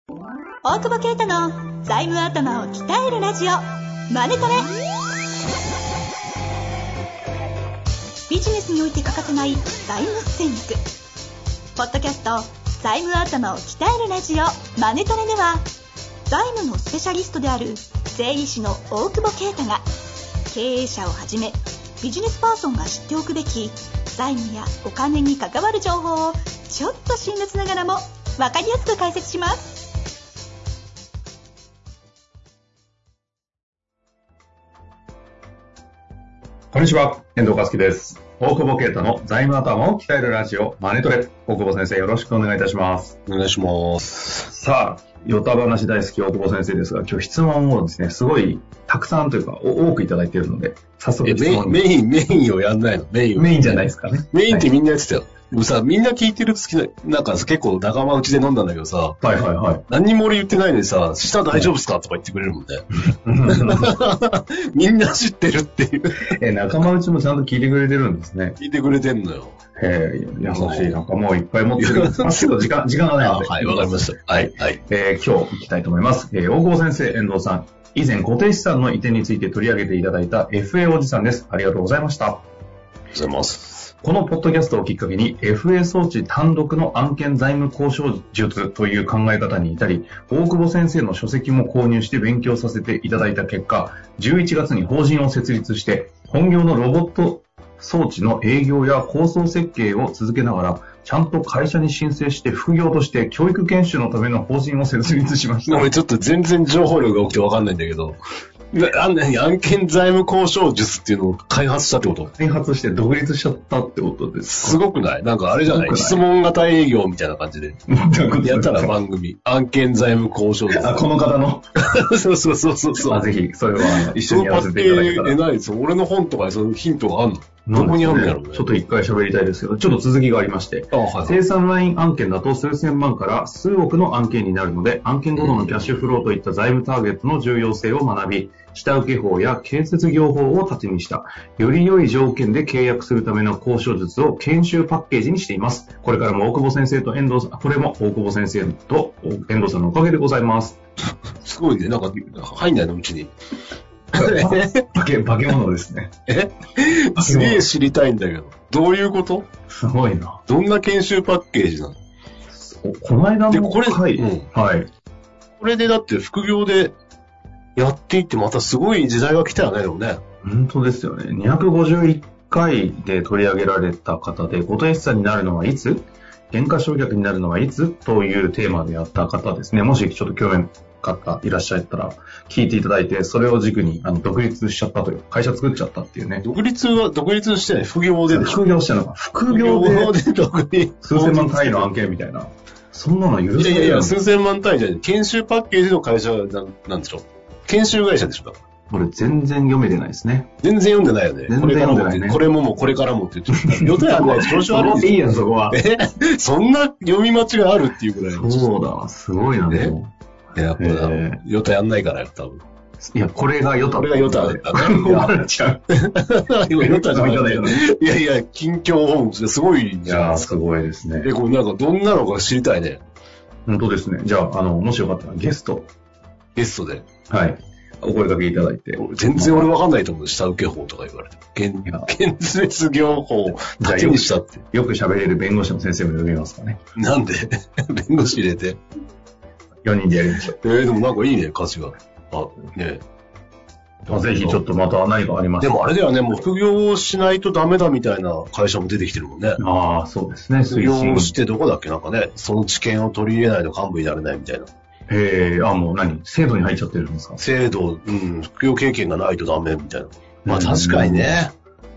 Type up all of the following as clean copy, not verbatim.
大久保啓太の財務頭を鍛えるラジオマネトレ。ビジネスにおいて欠かせない財務戦略。ポッドキャスト財務頭を鍛えるラジオマネトレでは、財務のスペシャリストである税理士の大久保啓太が、経営者をはじめビジネスパーソンが知っておくべき財務やお金に関わる情報をちょっと辛辣ながらも分かりやすく解説します。 こんにちは、遠藤和樹です。大久保啓太の財務頭を鍛えるラジオマネトレ。大久保先生、よろしくお願いいたします。 お願いします。 さあ、ヨタ話大好き大久保先生ですが、今日質問をですね、すごいたくさんというか多くいただいているので、早速質問メインをやんないの？メインじゃないですかね。 メインってみんなやってたよ。でもさ、みんな聞いてると好きな、なんか結構仲間内で飲んだんだけどさ、 はいはいはい。 何にも俺言ってないのにさ、下大丈夫っすかとか言ってくれるもんね。みんな知ってるっていう。 仲間内もちゃんと聞いてくれてるんですね。 聞いてくれてんのよ。 優しい仲間をいっぱい持ってるんですけど、時間がないので。 はい、わかりました。はい。 今日行きたいと思います。大久保先生、遠藤さん、以前固定資産の移転について取り上げていただいた FA おじさんです。ありがとうございました。 ありがとうございます。 このポッドキャストをきっかけに FA 装置単独の案件財務交渉術という考え方に至り、大久保先生の書籍も購入して勉強させていただいた結果、11月に法人を設立して本業のロボット装置の営業や構想設計を続けながら、ちゃんと会社に申請して副業として教育研修のための法人を設立しました。 俺ちょっと全然情報量が多くて分かんないんだけど、案件財務交渉術っていうのを開発したってこと？ 開発して独立しちゃったってことですか？ すごくない？なんかあれじゃない？質問型営業みたいな感じでやったら番組案件財務交渉術。 この方のそう。 ぜひそれは一緒にやらせていただけたら。 ないです。俺の本とかにそのヒントがあるの？どこにあるんだろうね。 ちょっと一回喋りたいですけど、ちょっと続きがありまして、生産ライン案件だと数千万から数億の案件になるので、案件ごとのキャッシュフローといった財務ターゲットの重要性を学び、下請け法や建設業法を盾にした、より良い条件で契約するための交渉術を研修パッケージにしています。これからも大久保先生と遠藤さん、これも大久保先生と遠藤さんのおかげでございます。 すごいね、なんか入んないのうちに。 化け物ですね。 すげえ知りたいんだけど。どういうこと？ すごいな。 どんな研修パッケージなの？ この間のこれ、 はい。 これでだって副業でやっていってまたすごい時代が来たよね、でもね。 本当ですよね。251回で取り上げられた方で、固定資産になるのはいつ？減価償却になるのはいつ？というテーマでやった方ですね。もしちょっと興味方いらっしゃったら聞いていただいて、それを軸に独立しちゃったという、会社作っちゃったっていうね。 独立してない？副業で。 副業してるのか。副業で数千万単位の案件みたいな。そんなの許せない。 いや、数千万単位じゃない。研修パッケージの会社なんでしょう。研修会社でしょ。 これ全然読めてないですね。 全然読んでないよね。 全然読んでないね。 これもこれからもって言ってる。予定やんないと調子悪い。 いいやん、そこは。 そんな読み間違いあるっていうぐらい。 そうだ、すごいなね。 やっぱヨタやんないからよ、多分。 いや、これがヨタ。 これがヨタだったね。 怒られちゃう。 ヨタじゃないよね。いや、近況報告すごいじゃん。 いや、すごいですね。 これなんかどんなのか知りたいね。 本当ですね。じゃあ、もしよかったらゲストで。 はい。お声掛けいただいて。 全然俺わかんないと思う。下請け法とか言われて。建設業法を盾にしたって。 よく喋れる弁護士の先生も呼びますかね。 なんで弁護士入れて。 4人でやりましょう。 でもなんかいいね、歌詞が。ねぜひちょっとまた何かありました。 でもあれだよね、もう副業をしないとダメだみたいな会社も出てきてるもんね。 ああ、そうですね。 副業をしてどこだっけなんかね、その知見を取り入れないと幹部になれないみたいな。 もう制度に入っちゃってるんですか？ 制度、副業経験がないとダメみたいな。まあ確かにね、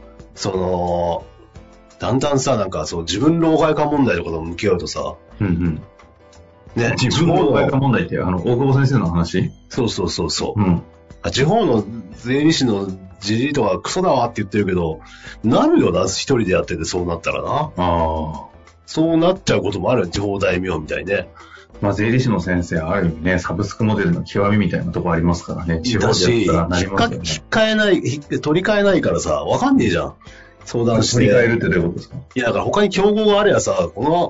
だんだんさ、なんか自分老害化問題とかと向き合うとさ、 ね、自分の老害化問題って大久保先生の話？ そう。地方の税理士のじじいとかクソだわって言ってるけど、なるよな、一人でやっててそうなったらな。そうなっちゃうこともあるよ、地方大名みたいね。 まあ、税理士の先生、ある意味ね、サブスクモデルの極みみたいなとこありますからね。地方でやったらなりますよね。 取り替えないからさ、わかんねえじゃん。相談して。 取り替えるってどういうことですか？ いや、だから他に競合があればさ、この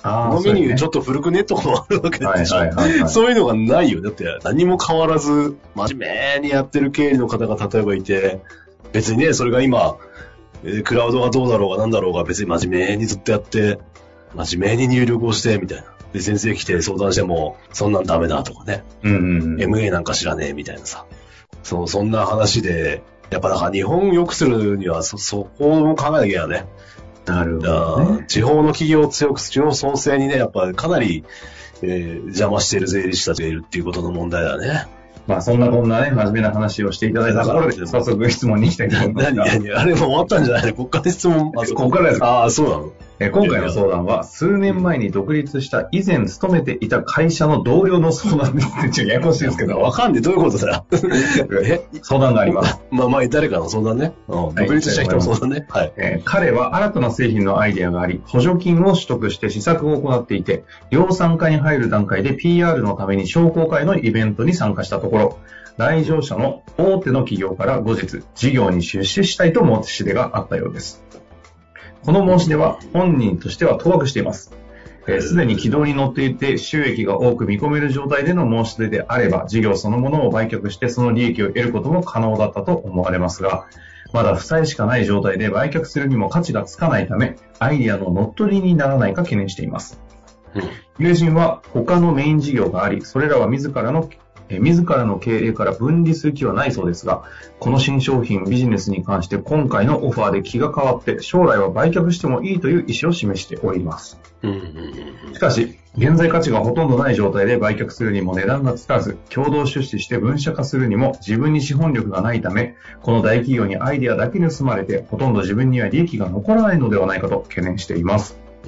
このメニューちょっと古くねとかもあるわけでしょ。そういうのがないよ。だって何も変わらず、真面目にやってる経理の方が例えばいて、別にね、それが今、クラウドがどうだろうがなんだろうが別に真面目にずっとやって、真面目に入力をして、みたいな。で、先生来て相談しても、そんなんダメだとかね。MA なんか知らねえみたいなさ。そんな話で、やっぱだから日本を良くするにはそこも考えなきゃね。 なるほど、ね。 地方の企業を強くする、地方創生にね、やっぱりかなり、邪魔している税理士たちがいるっていうことの問題だね。 まあそんなこんなね、真面目な話をしていただいたところで、早速質問に行きたいと思いますが。 あれも終わったんじゃないの？こっから質問。 ここからですか？ ああ、そうなの。 今回の相談は、数年前に独立した以前勤めていた会社の同僚の相談です。ちょっとややこしいですけど。 わかんねえ、どういうことだよ。 相談があります。 まあ、誰かの相談ね。独立した人の相談ね。はい。 彼は新たな製品のアイデアがあり、補助金を取得して試作を行っていて、量産化に入る段階で PR のために商工会のイベントに参加したところ、来場者の大手の企業から後日、事業に出資したいと申し出があったようです。この申し出は本人としては当惑しています。すでに軌道に乗っていて収益が多く見込める状態での申し出であれば、事業そのものを売却してその利益を得ることも可能だったと思われますが、まだ負債しかない状態で売却するにも価値がつかないため、アイデアの乗っ取りにならないか懸念しています。友人は他のメイン事業があり、それらは自らの経営から分離する気はないそうですが、この新商品ビジネスに関して今回のオファーで気が変わって将来は売却してもいいという意思を示しております。しかし、現在価値がほとんどない状態で売却するにも値段がつかず、共同出資して分社化するにも自分に資本力がないため、この大企業にアイデアだけ盗まれてほとんど自分には利益が残らないのではないかと懸念しています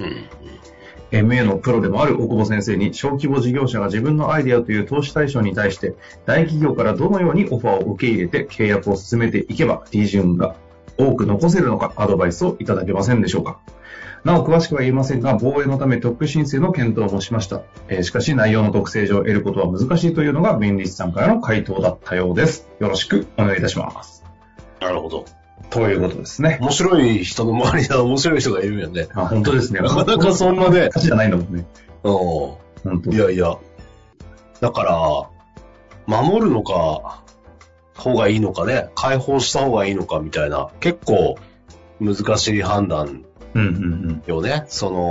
。MA のプロでもある大久保先生に、小規模事業者が自分のアイデアという投資対象に対して大企業からどのようにオファーを受け入れて契約を進めていけば利潤が多く残せるのかアドバイスをいただけませんでしょうか。なお詳しくは言えませんが、防衛のため特許申請の検討もしました。しかし内容の特性上得ることは難しいというのが弁理士さんからの回答だったようです。よろしくお願いいたします。 なるほど。 ということですね。 面白い人の周りには面白い人がいるよね。 本当ですね。 なかなかそんなね。 価値じゃないんだもんね。 本当。いや。だから、守るのか、方がいいのかね、解放した方がいいのかみたいな、結構難しい判断よね。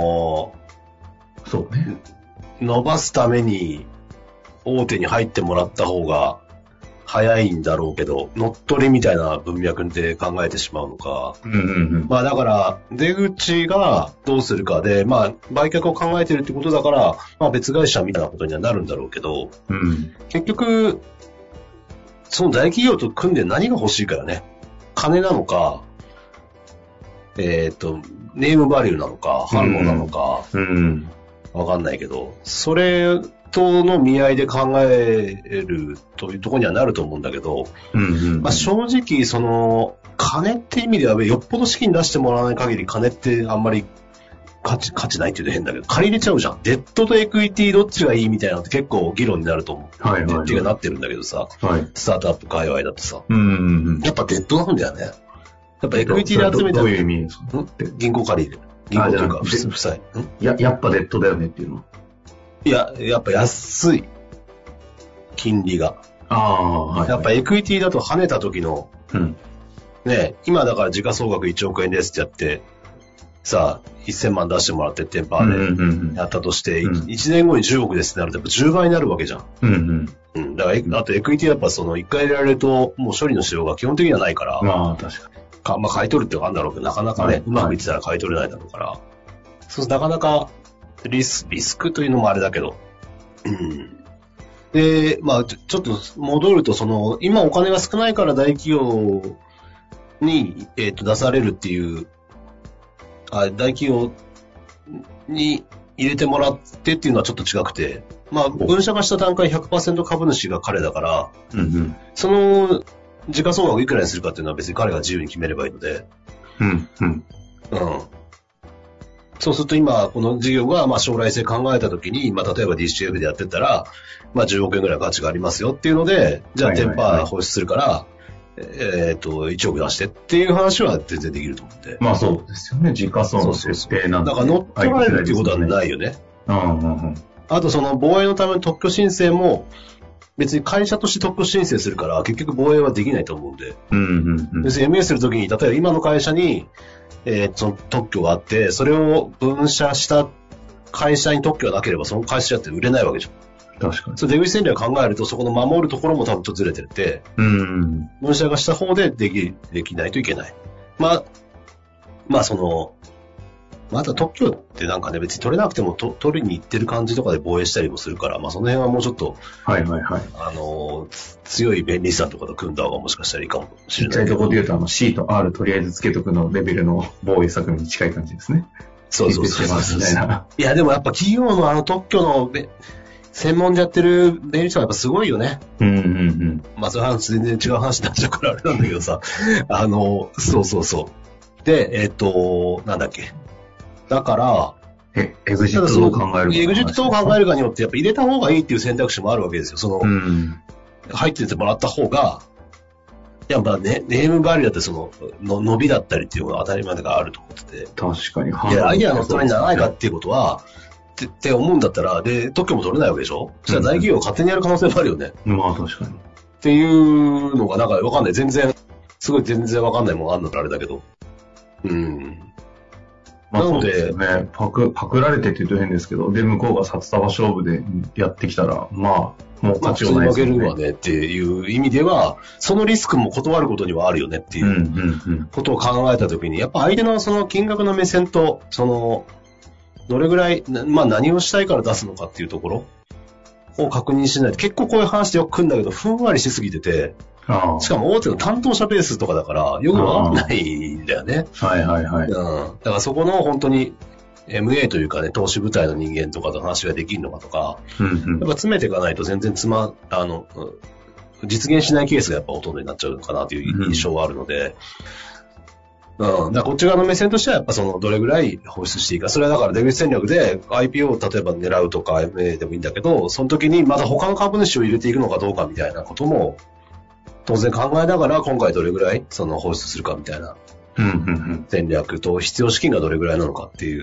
そうね。 伸ばすために大手に入ってもらった方が早いんだろうけど、乗っ取りみたいな文脈で考えてしまうのか。まあだから、出口がどうするかで、まあ売却を考えてるってことだから、まあ別会社みたいなことにはなるんだろうけど、結局、その大企業と組んで何が欲しいからね。金なのか、ネームバリューなのか、反応なのか、わかんないけど、それとの見合いで考えるというところにはなると思うんだけど、まあ、正直、金って意味では、よっぽど資金出してもらわない限り、金ってあんまり価値ないって言うと変だけど、借りれちゃうじゃん。デッドとエクイティどっちがいいみたいなのって結構議論になると思う。デッドがなってるんだけどさ、スタートアップ界隈だとさ、やっぱデッドなんだよね。やっぱエクイティで集めたら、 どういう意味ですか？ 銀行借りる。銀行というか、負債。 やっぱデッドだよねっていうの？ いや、やっぱ安い。金利が。やっぱエクイティだと跳ねた時の、ね、今だから時価総額1億円ですってやって、さあ、1000万出してもらってテンパーでやったとして、1年後に10億ですってなるとやっぱ10倍になるわけじゃん。だから、あとエクイティやっぱ1回入れられると、もう処理のしようが基本的にはないから。 確かに。 まあ買い取るってわかんだろうけど、なかなかね、うまくいってたら買い取れないだろうから。そうなかなかリスクというのもあれだけど。で、まあちょっと戻ると、今お金が少ないから大企業に、出されるっていう、大企業に入れてもらってっていうのはちょっと違くて、まあ分社化した段階 100% 株主が彼だから、時価総額いくらにするかっていうのは別に彼が自由に決めればいいので。そうすると今、この事業がまあ将来性考えたときに、まあ例えば DCF でやってたら、まあ10億円ぐらい価値がありますよっていうので、じゃあ10%放出するから、 1億出してっていう話は全然できると思って。 まあそうですよね。時価損の設定なんて。 だから乗っ取られるっていうことはないよね。あとその防衛のための特許申請も、別に会社として特許申請するから、結局防衛はできないと思うんで。別に MA するときに、例えば今の会社に、その特許があって、それを分社した会社に特許がなければ、その会社って売れないわけじゃん。 確かに。 そう、出口戦略考えると、そこの守るところも多分ちょっとずれてて、分社がした方でできないといけない。まあその、また特許ってなんかね、別に取れなくても取りに行ってる感じとかで防衛したりもするから、まあその辺はもうちょっと、強い便利さとかと組んだ方がもしかしたらいいかもしれない。 ちっちゃいところで言うと、C と R とりあえずつけとくのレベルの防衛策に近い感じですね。 そう。いや、でもやっぱ企業の特許の専門でやってる弁理士はやっぱすごいよね。まあそういう話全然違う話になっちゃうからあれなんだけどさ、そう。で、なんだっけ。だから、 エグジットどう考えるか。 エグジットどう考えるかによってやっぱ入れた方がいいっていう選択肢もあるわけですよ。入っててもらった方が、やっぱね、ネームバリューだって伸びだったりっていうのが当たり前があると思ってて。 確かに。 いや、アイデアのためにならないかっていうことは、って思うんだったら、で、特許も取れないわけでしょ？そしたら大企業が勝手にやる可能性もあるよね。 まあ確かに。 っていうのがなんかわかんない。全然わかんないもんあんのってあれだけど。 まあそうですよね。パクられてって言うと変ですけど、で、向こうが札束勝負でやってきたら、まあ、もう勝ちはないですよね。 負けるわねっていう意味では、そのリスクも断ることにはあるよねっていうことを考えたときに、やっぱ相手のその金額の目線と、どれぐらい、まあ何をしたいから出すのかっていうところを確認しないと、結構こういう話でよく来るんだけど、ふんわりしすぎてて、しかも大手の担当者ベースとかだから、よくわかんないんだよね。 だからそこの本当に MA というかね、投資部隊の人間とかと話ができるのかとか、やっぱ詰めていかないと全然実現しないケースがやっぱほとんどになっちゃうのかなという印象はあるので、だからこっち側の目線としてはやっぱどれぐらい放出していいか。それはだから出口戦略で IPO を例えば狙うとか MA でもいいんだけど、その時にまた他の株主を入れていくのかどうかみたいなことも当然考えながら今回どれぐらい放出するかみたいな戦略と必要資金がどれぐらいなのかっていう。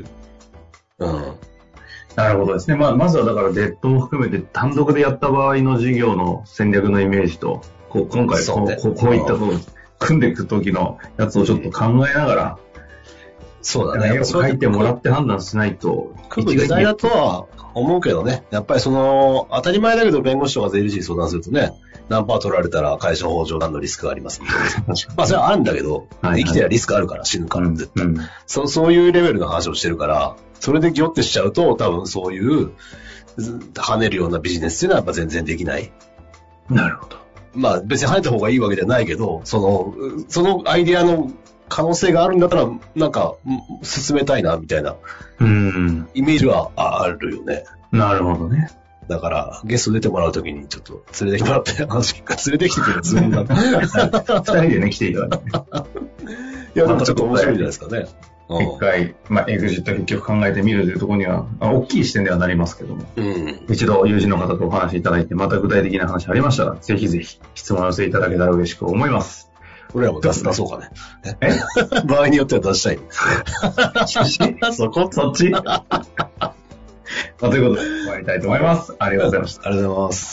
なるほどですね。まずはだからデッドも含めて単独でやった場合の事業の戦略のイメージと、今回こういった組んでいく時のやつをちょっと考えながら、 そうだね。 絵を描いてもらって判断しないと。 組む時代だとは思うけどね。やっぱり当たり前だけど弁護士とか税理士に相談するとね、何パー取られたら会社法上何のリスクがありますみたいな。まあそれはあるんだけど、生きてりゃリスクあるから死ぬから絶対。そういうレベルの話をしてるから、それでギョってしちゃうと多分そういう跳ねるようなビジネスっていうのはやっぱ全然できない。 なるほど。 まあ別に跳ねた方がいいわけじゃないけど、そのアイディアの可能性があるんだったら、なんか、進めたいな、みたいな、イメージはあるよね。 なるほどね。 だから、ゲスト出てもらうときに、ちょっと連れてきてもらって、連れてきてくれるつもりなんだ。 二人でね、来ていただいて。 いや、なんかちょっと面白いじゃないですかね。 一回、エグジット結局考えてみるというところには、大きい視点ではなりますけども、一度友人の方とお話しいただいて、また具体的な話ありましたら、ぜひぜひ質問を寄せいただけたら嬉しく思います。 俺らも出そうかね。場合によっては出したい。 そっちということで、終わりたいと思います。ありがとうございました。 ありがとうございます。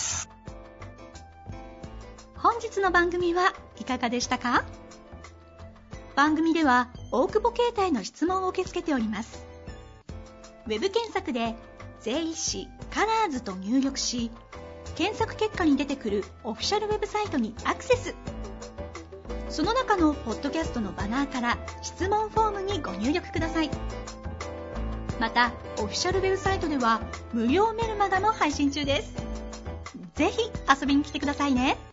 本日の番組はいかがでしたか？番組では大久保携帯の質問を受け付けております。ウェブ検索で税理士カラーズと入力し、検索結果に出てくるオフィシャルウェブサイトにアクセス。その中のポッドキャストのバナーから質問フォームにご入力ください。またオフィシャルウェブサイトでは無料メルマガも配信中です。ぜひ遊びに来てくださいね。